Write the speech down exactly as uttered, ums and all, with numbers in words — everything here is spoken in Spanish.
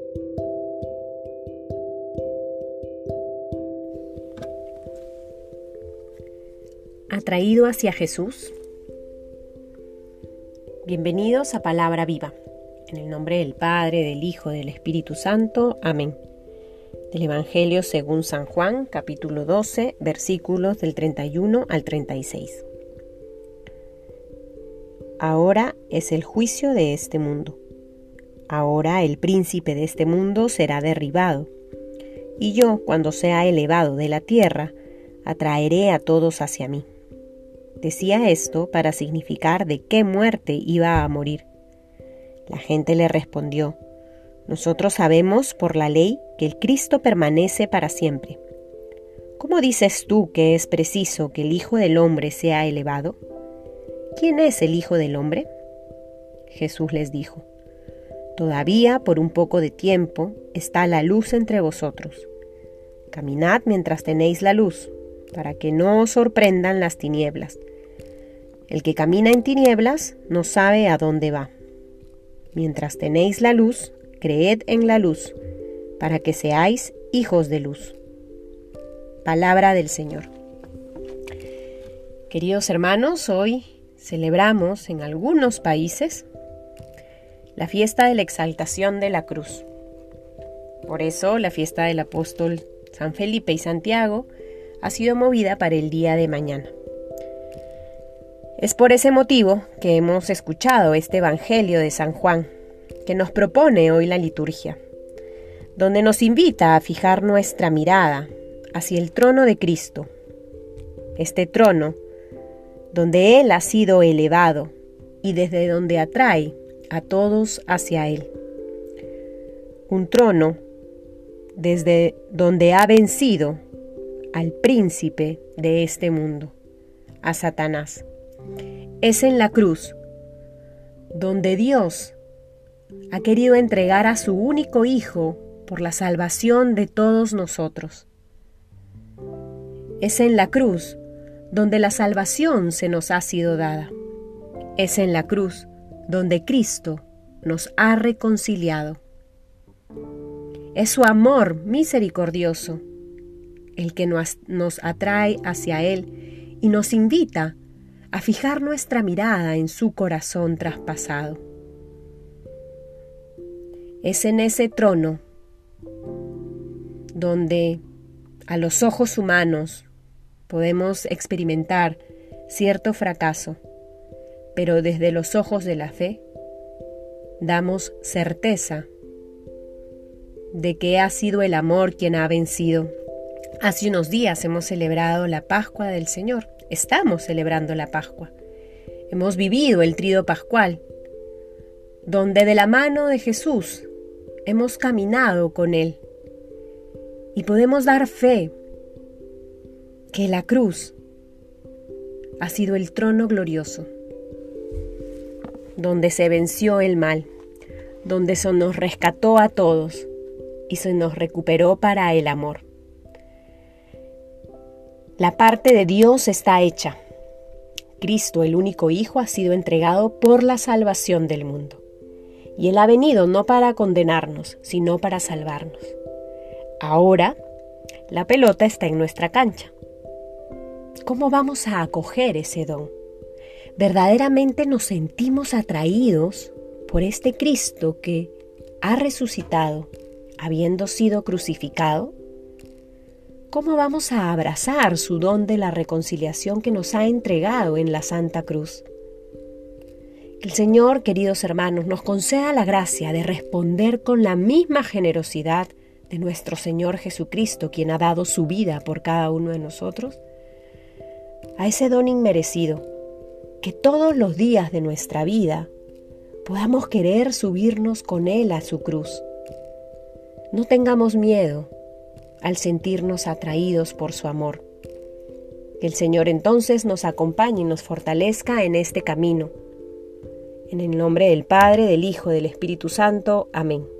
Atraído hacia Jesús. Bienvenidos a Palabra Viva. En el nombre del Padre, del Hijo, del Espíritu Santo. Amén. Del Evangelio según San Juan, capítulo doce, versículos del treinta y uno al treinta y seis. Ahora es el juicio de este mundo. Ahora el príncipe de este mundo será derribado. Y yo, cuando sea elevado de la tierra, atraeré a todos hacia mí. Decía esto para significar de qué muerte iba a morir. La gente le respondió: Nosotros sabemos por la ley que el Cristo permanece para siempre. ¿Cómo dices tú que es preciso que el Hijo del Hombre sea elevado? ¿Quién es el Hijo del Hombre? Jesús les dijo: Todavía por un poco de tiempo está la luz entre vosotros. Caminad mientras tenéis la luz, para que no os sorprendan las tinieblas. El que camina en tinieblas no sabe a dónde va. Mientras tenéis la luz, creed en la luz, para que seáis hijos de luz. Palabra del Señor. Queridos hermanos, hoy celebramos en algunos países la fiesta de la exaltación de la cruz. Por eso la fiesta del apóstol San Felipe y Santiago ha sido movida para el día de mañana. Es por ese motivo que hemos escuchado este Evangelio de San Juan, que nos propone hoy la liturgia, donde nos invita a fijar nuestra mirada hacia el trono de Cristo, este trono donde Él ha sido elevado y desde donde atrae a todos hacia Él. Un trono desde donde ha vencido al príncipe de este mundo, a Satanás. Es en la cruz donde Dios ha querido entregar a su único Hijo por la salvación de todos nosotros. Es en la cruz donde la salvación se nos ha sido dada. Es en la cruz donde Cristo nos ha reconciliado. Es su amor misericordioso el que nos, nos atrae hacia Él y nos invita a fijar nuestra mirada en su corazón traspasado. Es en ese trono donde a los ojos humanos podemos experimentar cierto fracaso, pero desde los ojos de la fe damos certeza de que ha sido el amor quien ha vencido. Hace unos días hemos celebrado la Pascua del Señor. Estamos celebrando la Pascua. Hemos vivido el Tríodo Pascual, donde de la mano de Jesús hemos caminado con Él. Y podemos dar fe que la cruz ha sido el trono glorioso, donde se venció el mal, donde se nos rescató a todos y se nos recuperó para el amor. La parte de Dios está hecha. Cristo, el único Hijo, ha sido entregado por la salvación del mundo. Y Él ha venido no para condenarnos, sino para salvarnos. Ahora, la pelota está en nuestra cancha. ¿Cómo vamos a acoger ese don? ¿Verdaderamente nos sentimos atraídos por este Cristo que ha resucitado, habiendo sido crucificado? ¿Cómo vamos a abrazar su don de la reconciliación que nos ha entregado en la Santa Cruz? Que el Señor, queridos hermanos, nos conceda la gracia de responder con la misma generosidad de nuestro Señor Jesucristo, quien ha dado su vida por cada uno de nosotros, a ese don inmerecido, que todos los días de nuestra vida podamos querer subirnos con Él a su cruz. No tengamos miedo al sentirnos atraídos por su amor. Que el Señor entonces nos acompañe y nos fortalezca en este camino. En el nombre del Padre, del Hijo, del Espíritu Santo. Amén.